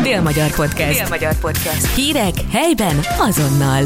Dél-Magyar Podcast. Dél-Magyar Podcast. Hírek helyben azonnal.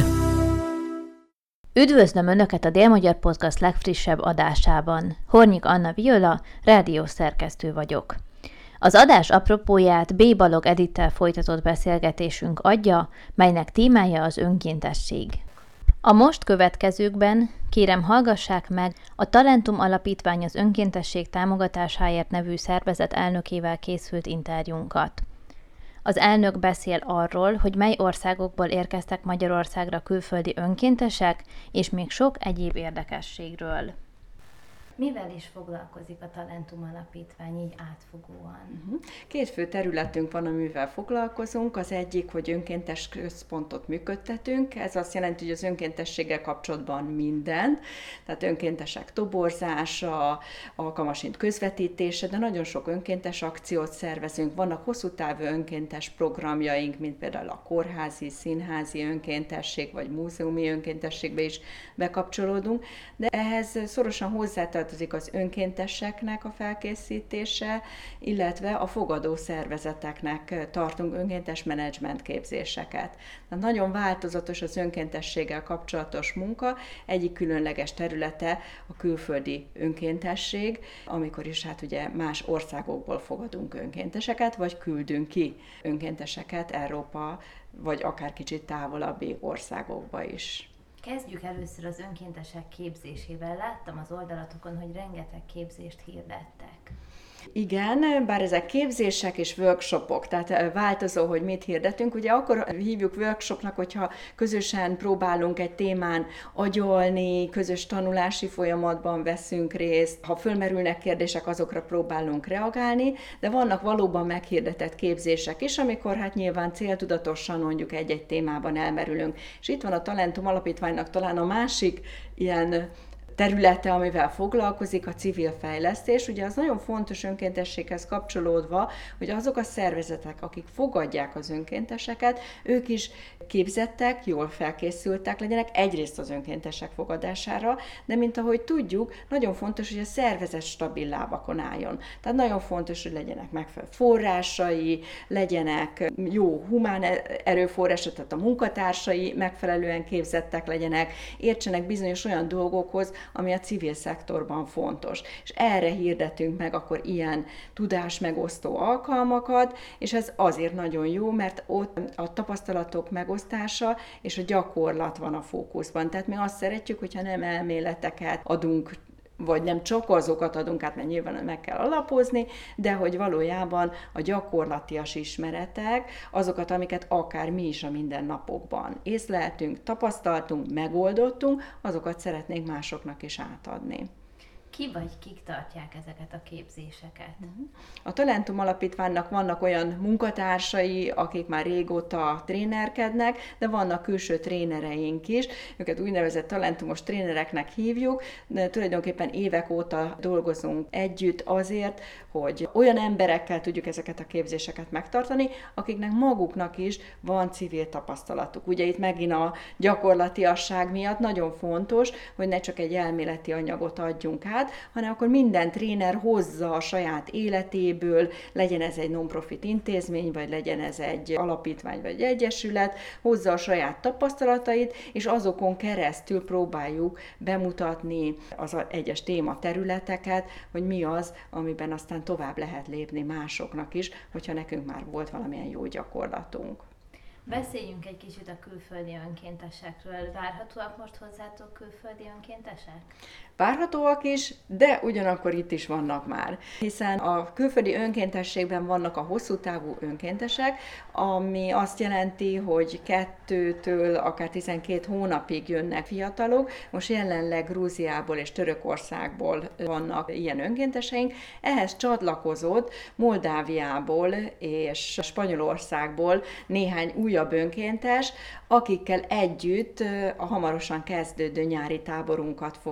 Üdvözlöm Önöket a Dél-Magyar Podcast legfrissebb adásában. Hornyik Anna Viola, rádiószerkesztő vagyok. Az adás apropóját B. Balog Edittel folytatott beszélgetésünk adja, melynek témája az önkéntesség. A most következőkben kérem hallgassák meg a Talentum Alapítvány az önkéntesség támogatásáért nevű szervezet elnökével készült interjúnkat. Az elnök beszél arról, hogy mely országokból érkeztek Magyarországra külföldi önkéntesek, és még sok egyéb érdekességről. Mivel is foglalkozik a Talentum Alapítvány így átfogóan? Két fő területünk van, amivel foglalkozunk. Az egyik, hogy önkéntes központot működtetünk. Ez azt jelenti, hogy az önkéntességgel kapcsolatban mindent. Tehát önkéntesek toborzása, alkalmasint közvetítése, de nagyon sok önkéntes akciót szervezünk. Vannak hosszú távú önkéntes programjaink, mint például a kórházi, színházi önkéntesség, vagy múzeumi önkéntességbe is bekapcsolódunk. De ehhez szorosan hozzátartozik az önkénteseknek a felkészítése, illetve a fogadó szervezeteknek tartunk önkéntes menedzsment képzéseket. Tehát nagyon változatos az önkéntességgel kapcsolatos munka, egyik különleges területe a külföldi önkéntesség, amikor is hát ugye más országokból fogadunk önkénteseket, vagy küldünk ki önkénteseket Európa, vagy akár kicsit távolabbi országokba is. Kezdjük először az önkéntesek képzésével. Láttam az oldalatokon, hogy rengeteg képzést hirdettek. Igen, bár ezek képzések és workshopok, tehát változó, hogy mit hirdetünk. Ugye akkor hívjuk workshopnak, hogyha közösen próbálunk egy témán agyalni, közös tanulási folyamatban veszünk részt, ha fölmerülnek kérdések, azokra próbálunk reagálni, de vannak valóban meghirdetett képzések is, amikor hát nyilván céltudatosan mondjuk egy-egy témában elmerülünk. És itt van a Talentum Alapítványnak talán a másik ilyen területe, amivel foglalkozik, a civil fejlesztés. Ugye az nagyon fontos önkéntességhez kapcsolódva, hogy azok a szervezetek, akik fogadják az önkénteseket, ők is képzettek, jól felkészültek legyenek, egyrészt az önkéntesek fogadására, de mint ahogy tudjuk, nagyon fontos, hogy a szervezet stabil lábakon álljon. Tehát nagyon fontos, hogy legyenek megfelelő forrásai, legyenek jó humán erőforrások, tehát a munkatársai megfelelően képzettek legyenek, értsenek bizonyos olyan dolgokhoz, ami a civil szektorban fontos. És erre hirdetünk meg akkor ilyen tudásmegosztó alkalmakat, és ez azért nagyon jó, mert ott a tapasztalatok megosztása és a gyakorlat van a fókuszban. Tehát mi azt szeretjük, hogyha nem elméleteket adunk, vagy nem csak azokat adunk át, mert nyilván meg kell alapozni, de hogy valójában a gyakorlatias ismeretek, azokat, amiket akár mi is a mindennapokban észleltünk, tapasztaltunk, megoldottunk, azokat szeretnénk másoknak is átadni. Ki vagy kik tartják ezeket a képzéseket? A Talentum Alapítványnak vannak olyan munkatársai, akik már régóta trénerkednek, de vannak külső trénereink is, őket úgynevezett talentumos trénereknek hívjuk, de tulajdonképpen évek óta dolgozunk együtt azért, hogy olyan emberekkel tudjuk ezeket a képzéseket megtartani, akiknek maguknak is van civil tapasztalatuk. Ugye itt megint a gyakorlatiasság miatt nagyon fontos, hogy ne csak egy elméleti anyagot adjunk át, hanem akkor minden tréner hozza a saját életéből, legyen ez egy non-profit intézmény, vagy legyen ez egy alapítvány, vagy egyesület, hozza a saját tapasztalatait, és azokon keresztül próbáljuk bemutatni az egyes tématerületeket, hogy mi az, amiben aztán tovább lehet lépni másoknak is, hogyha nekünk már volt valamilyen jó gyakorlatunk. Beszéljünk egy kicsit a külföldi önkéntesekről. Várhatóak most hozzátok külföldi önkéntesek? Várhatóak is, de ugyanakkor itt is vannak már. Hiszen a külföldi önkéntességben vannak a hosszú távú önkéntesek, ami azt jelenti, hogy 2-től akár 12 hónapig jönnek fiatalok. Most jelenleg Grúziából és Törökországból vannak ilyen önkénteseink. Ehhez csatlakozott Moldáviából és Spanyolországból néhány újabb önkéntes, akikkel együtt a hamarosan kezdődő nyári táborunkat fogjuk megvalósítani.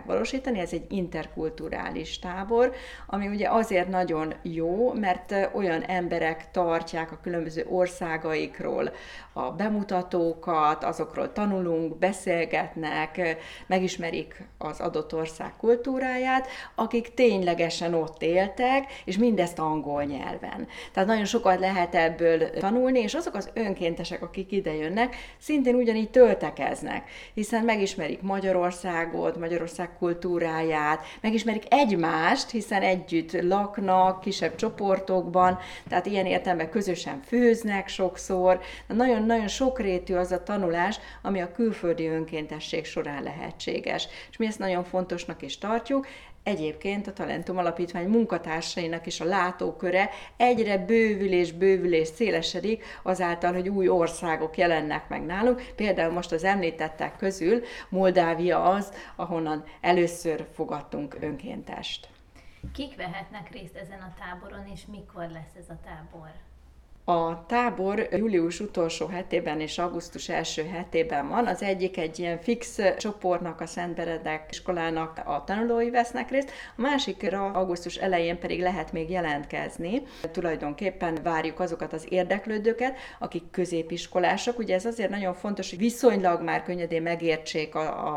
megvalósítani. Ez egy interkulturális tábor, ami ugye azért nagyon jó, mert olyan emberek tartják a különböző országaikról a bemutatókat, azokról tanulunk, beszélgetnek, megismerik az adott ország kultúráját, akik ténylegesen ott éltek, és mindezt angol nyelven. Tehát nagyon sokat lehet ebből tanulni, és azok az önkéntesek, akik ide jönnek, szintén ugyanígy töltekeznek, hiszen megismerik Magyarországot, Magyarország kultúráját, megismerik egymást, hiszen együtt laknak, kisebb csoportokban, tehát ilyen értelemben közösen főznek sokszor. Nagyon-nagyon sokrétű az a tanulás, ami a külföldi önkéntesség során lehetséges. És mi ezt nagyon fontosnak is tartjuk. Egyébként a Talentum Alapítvány munkatársainak is a látóköre egyre bővül és szélesedik azáltal, hogy új országok jelennek meg nálunk. Például most az említettek közül Moldávia az, ahonnan először fogadtunk önkéntest. Kik vehetnek részt ezen a táboron, és mikor lesz ez a tábor? A tábor július utolsó hetében és augusztus első hetében van. Az egyik egy ilyen fix csoportnak, a Szent Benedek iskolának a tanulói vesznek részt, a másikra augusztus elején pedig lehet még jelentkezni. Tulajdonképpen várjuk azokat az érdeklődőket, akik középiskolások. Ugye ez azért nagyon fontos, hogy viszonylag már könnyedén megértsék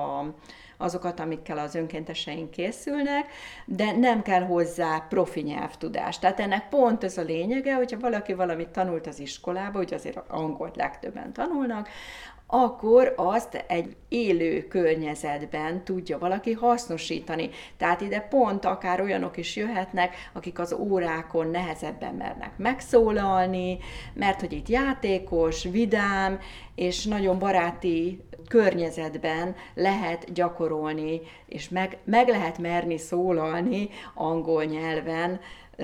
azokat, amikkel az önkénteseink készülnek, de nem kell hozzá profi nyelvtudás. Tehát ennek pont ez a lényege, hogyha valaki valamit tanult az iskolába, ugye azért angolt legtöbben tanulnak, akkor azt egy élő környezetben tudja valaki hasznosítani. Tehát ide pont akár olyanok is jöhetnek, akik az órákon nehezebben mernek megszólalni, mert hogy itt játékos, vidám, és nagyon baráti környezetben lehet gyakorolni, és meg lehet merni szólalni angol nyelven,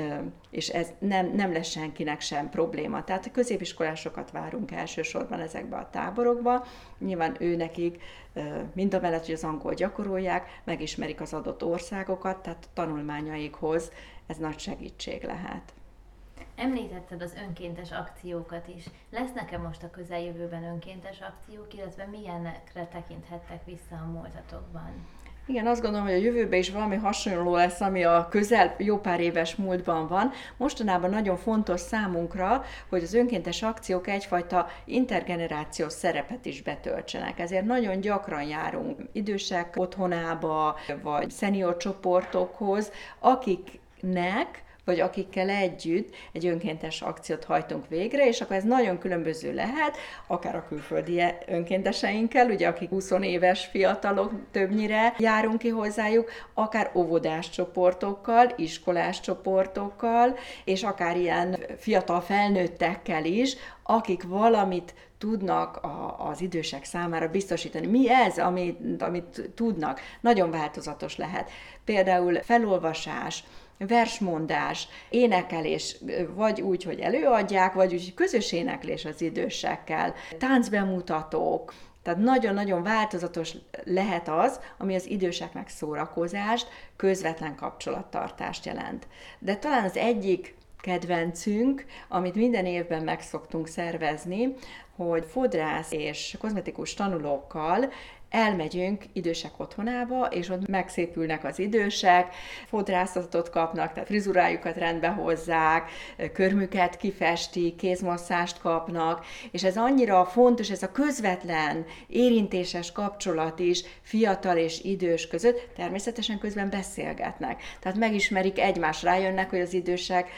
és ez nem lesz senkinek sem probléma. Tehát a középiskolásokat várunk elsősorban ezekbe a táborokba. Nyilván nekik mindamellett, hogy az angol gyakorolják, megismerik az adott országokat, tehát a tanulmányaikhoz ez nagy segítség lehet. Említetted az önkéntes akciókat is. Lesznek-e most a közeljövőben önkéntes akciók, illetve milyenekre tekinthettek vissza a múltatokban? Igen, azt gondolom, hogy a jövőben is valami hasonló lesz, ami a közel jó pár éves múltban van. Mostanában nagyon fontos számunkra, hogy az önkéntes akciók egyfajta intergenerációs szerepet is betöltsenek. Ezért nagyon gyakran járunk idősek otthonába, vagy szenior csoportokhoz, akiknek vagy akikkel együtt egy önkéntes akciót hajtunk végre, és akkor ez nagyon különböző lehet, akár a külföldi önkénteseinkkel, ugye akik 20 éves fiatalok többnyire járunk ki hozzájuk, akár óvodás csoportokkal, iskolás csoportokkal, és akár ilyen fiatal felnőttekkel is, akik valamit tudnak az idősek számára biztosítani. Mi ez, amit tudnak? Nagyon változatos lehet. Például felolvasás, versmondás, énekelés, vagy úgy, hogy előadják, vagy úgy, hogy közös éneklés az idősekkel, táncbemutatók, tehát nagyon-nagyon változatos lehet az, ami az időseknek szórakozást, közvetlen kapcsolattartást jelent. De talán az egyik kedvencünk, amit minden évben meg szoktunk szervezni, hogy fodrász és kozmetikus tanulókkal elmegyünk idősek otthonába, és ott megszépülnek az idősek, fodrászatot kapnak, tehát frizurájukat rendbe hozzák, körmüket kifestik, kézmasszást kapnak, és ez annyira fontos, ez a közvetlen, érintéses kapcsolat is fiatal és idős között, természetesen közben beszélgetnek. Tehát megismerik egymást, rájönnek, hogy az idősek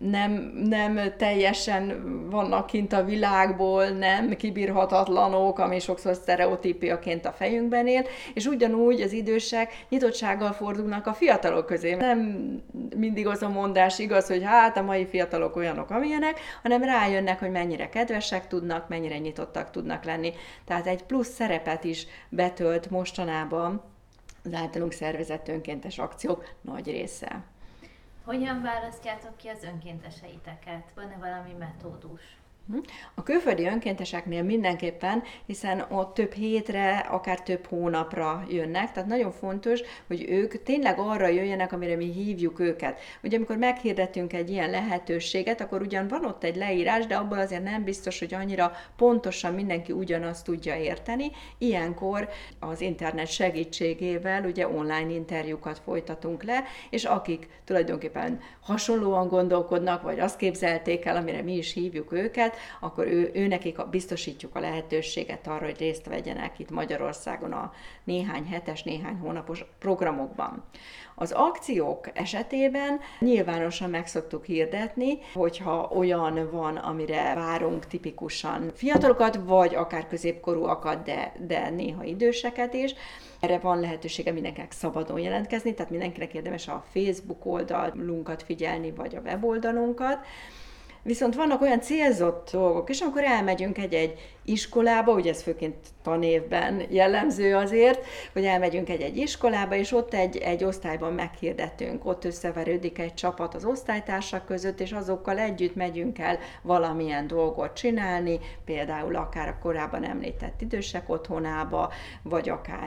nem teljesen vannak kint a világból, nem kibírhatatlanok, ami sokszor sztereotípiaként a fejünkben él, és ugyanúgy az idősek nyitottsággal fordulnak a fiatalok közé. Nem mindig az a mondás igaz, hogy hát a mai fiatalok olyanok, amilyenek, hanem rájönnek, hogy mennyire kedvesek tudnak, mennyire nyitottak tudnak lenni. Tehát egy plusz szerepet is betölt mostanában az általunk szervezett önkéntes akciók nagy része. Hogyan választjátok ki az önkénteseiteket? Van-e valami metódus? A külföldi önkénteseknél mindenképpen, hiszen ott több hétre, akár több hónapra jönnek, tehát nagyon fontos, hogy ők tényleg arra jöjjenek, amire mi hívjuk őket. Ugye amikor meghirdetünk egy ilyen lehetőséget, akkor ugyan van ott egy leírás, de abból azért nem biztos, hogy annyira pontosan mindenki ugyanazt tudja érteni. Ilyenkor az internet segítségével ugye online interjúkat folytatunk le, és akik tulajdonképpen hasonlóan gondolkodnak, vagy azt képzelték el, amire mi is hívjuk őket, akkor őnekik biztosítjuk a lehetőséget arra, hogy részt vegyenek itt Magyarországon a néhány hetes, néhány hónapos programokban. Az akciók esetében nyilvánosan meg szoktuk hirdetni, hogyha olyan van, amire várunk tipikusan fiatalokat, vagy akár középkorúakat, de néha időseket is. Erre van lehetősége mindenkinek szabadon jelentkezni, tehát mindenkinek érdemes a Facebook oldalunkat figyelni, vagy a weboldalunkat. Viszont vannak olyan célzott dolgok is, amikor elmegyünk egy iskolába, ugye ez főként tanévben jellemző azért, hogy elmegyünk egy iskolába, és ott egy osztályban meghirdetünk, ott összeverődik egy csapat az osztálytársak között, és azokkal együtt megyünk el valamilyen dolgot csinálni, például akár a korábban említett idősek otthonába, vagy akár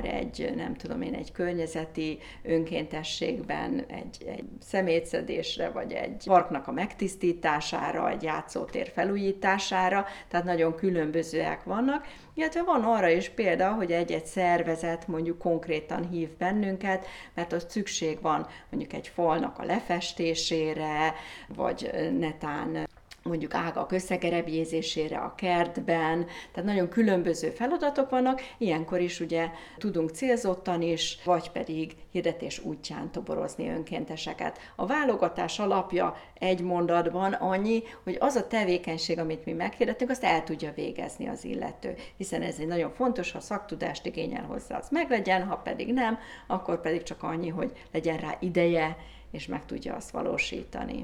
egy környezeti önkéntességben, egy szemétszedésre, vagy egy parknak a megtisztítására, egy játszótér felújítására, tehát nagyon különbözőek vannak, illetve van arra is példa, hogy egy szervezet mondjuk konkrétan hív bennünket, mert ott szükség van mondjuk egy falnak a lefestésére, vagy netán mondjuk ágak összegerebjézésére a kertben, tehát nagyon különböző feladatok vannak, ilyenkor is ugye tudunk célzottan is, vagy pedig hirdetés útján toborozni önkénteseket. A válogatás alapja egy mondatban annyi, hogy az a tevékenység, amit mi meghirdetünk, azt el tudja végezni az illető, hiszen ez egy nagyon fontos, ha szaktudást igényel hozzá, az meglegyen, ha pedig nem, akkor pedig csak annyi, hogy legyen rá ideje, és meg tudja azt valósítani.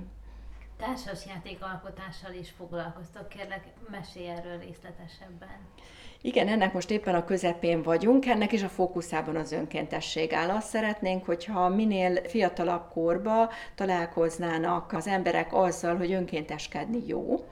Társasjátékalkotással is foglalkoztok, kérlek, mesélj erről részletesebben. Igen, ennek most éppen a közepén vagyunk, ennek is a fókuszában az önkéntesség áll. Azt szeretnénk, hogyha minél fiatalabb korba találkoznának az emberek azzal, hogy önkénteskedni jó,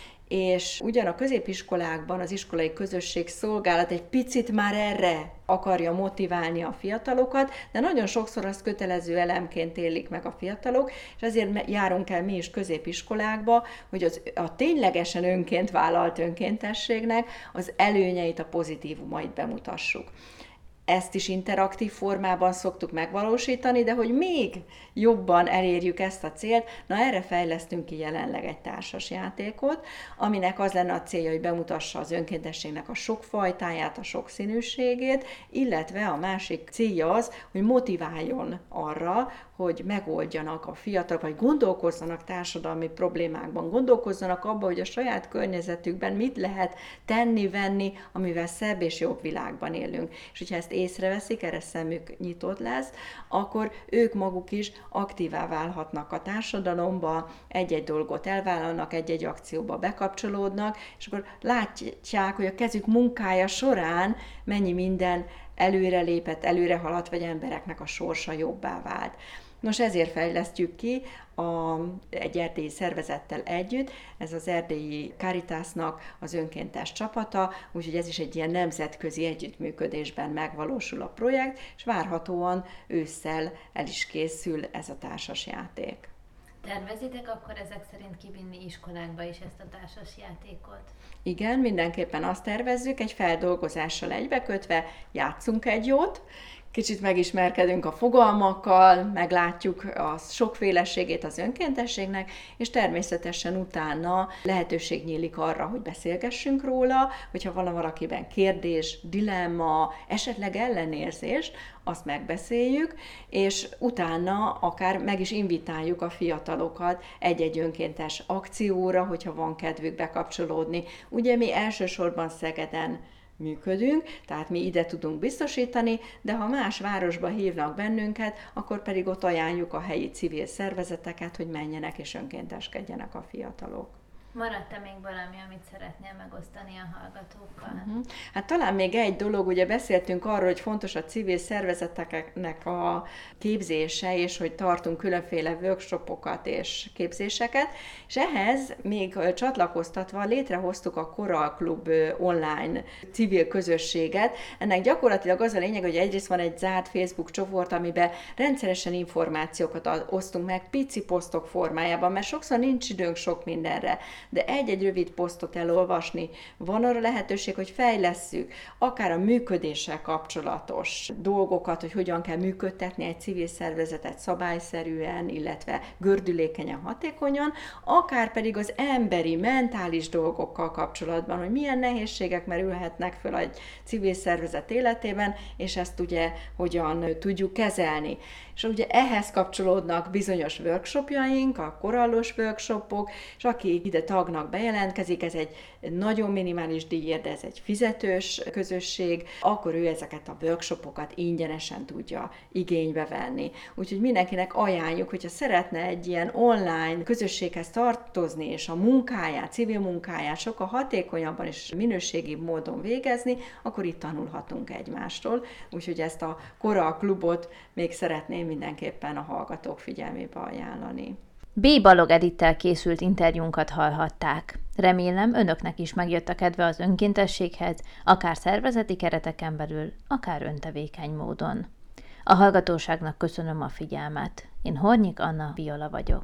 és ugyan a középiskolákban az iskolai közösség szolgálat egy picit már erre akarja motiválni a fiatalokat, de nagyon sokszor azt kötelező elemként élik meg a fiatalok, és ezért járunk el mi is középiskolákba, hogy a ténylegesen önként vállalt önkéntességnek az előnyeit, a pozitívumait bemutassuk. Ezt is interaktív formában szoktuk megvalósítani, de hogy még jobban elérjük ezt a célt, erre fejlesztünk ki jelenleg egy társasjátékot, aminek az lenne a célja, hogy bemutassa az önkéntességnek a sokfajtáját, a sokszínűségét, illetve a másik célja az, hogy motiváljon arra, hogy megoldjanak a fiatalok, vagy gondolkozzanak társadalmi problémákban, gondolkozzanak abban, hogy a saját környezetükben mit lehet tenni-venni, amivel szebb és jobb világban élünk. És hogyha ezt észreveszik, erre szemük nyitott lesz, akkor ők maguk is aktívá válhatnak a társadalomba, egy-egy dolgot elvállalnak, egy-egy akcióba bekapcsolódnak, és akkor látják, hogy a kezük munkája során mennyi minden előrelépett, előrehaladt, vagy embereknek a sorsa jobbá vált. Nos, ezért fejlesztjük ki egy erdélyi szervezettel együtt, ez az erdélyi Caritasnak az önkéntes csapata, úgyhogy ez is egy ilyen nemzetközi együttműködésben megvalósul a projekt, és várhatóan ősszel el is készül ez a társasjáték. Tervezitek akkor ezek szerint kivinni iskolákba is ezt a társasjátékot? Igen, mindenképpen azt tervezzük, egy feldolgozással egybekötve játszunk egy jót, kicsit megismerkedünk a fogalmakkal, meglátjuk a sokféleségét az önkéntességnek, és természetesen utána lehetőség nyílik arra, hogy beszélgessünk róla, hogyha van valakiben kérdés, dilemma, esetleg ellenérzés, azt megbeszéljük, és utána akár meg is invitáljuk a fiatalokat egy-egy önkéntes akcióra, hogyha van kedvük bekapcsolódni. Ugye mi elsősorban Szegeden működünk, tehát mi ide tudunk biztosítani, de ha más városba hívnak bennünket, akkor pedig ott ajánljuk a helyi civil szervezeteket, hogy menjenek és önkénteskedjenek a fiatalok. Maradt-e még valami, amit szeretnél megosztani a hallgatókkal? Hát talán még egy dolog, ugye beszéltünk arról, hogy fontos a civil szervezeteknek a képzése, és hogy tartunk különféle workshopokat és képzéseket, és ehhez még csatlakoztatva létrehoztuk a Coral Klub online civil közösséget. Ennek gyakorlatilag az a lényeg, hogy egyrészt van egy zárt Facebook csoport, amiben rendszeresen információkat osztunk meg pici posztok formájában, mert sokszor nincs időnk sok mindenre, de egy-egy rövid posztot elolvasni, van arra lehetőség, hogy fejlesszük, akár a működéssel kapcsolatos dolgokat, hogy hogyan kell működtetni egy civil szervezetet szabályszerűen, illetve gördülékenyen, hatékonyan, akár pedig az emberi, mentális dolgokkal kapcsolatban, hogy milyen nehézségek merülhetnek föl egy civil szervezet életében, és ezt ugye hogyan tudjuk kezelni. És ugye ehhez kapcsolódnak bizonyos workshopjaink, a korallos workshopok, és aki ide tagnak bejelentkezik, ez egy nagyon minimális díjért, de ez egy fizetős közösség, akkor ő ezeket a workshopokat ingyenesen tudja igénybe venni. Úgyhogy mindenkinek ajánljuk, hogyha szeretne egy ilyen online közösséghez tartozni, és a munkáját, civil munkáját sokkal hatékonyabban és minőségibb módon végezni, akkor itt tanulhatunk egymástól. Úgyhogy ezt a Coral Klubot még szeretném mindenképpen a hallgatók figyelmébe ajánlani. B. Balog Edittel készült interjúnkat hallhatták. Remélem, önöknek is megjött a kedve az önkéntességhez, akár szervezeti kereteken belül, akár öntevékeny módon. A hallgatóságnak köszönöm a figyelmet. Én Hornyik Anna Viola vagyok.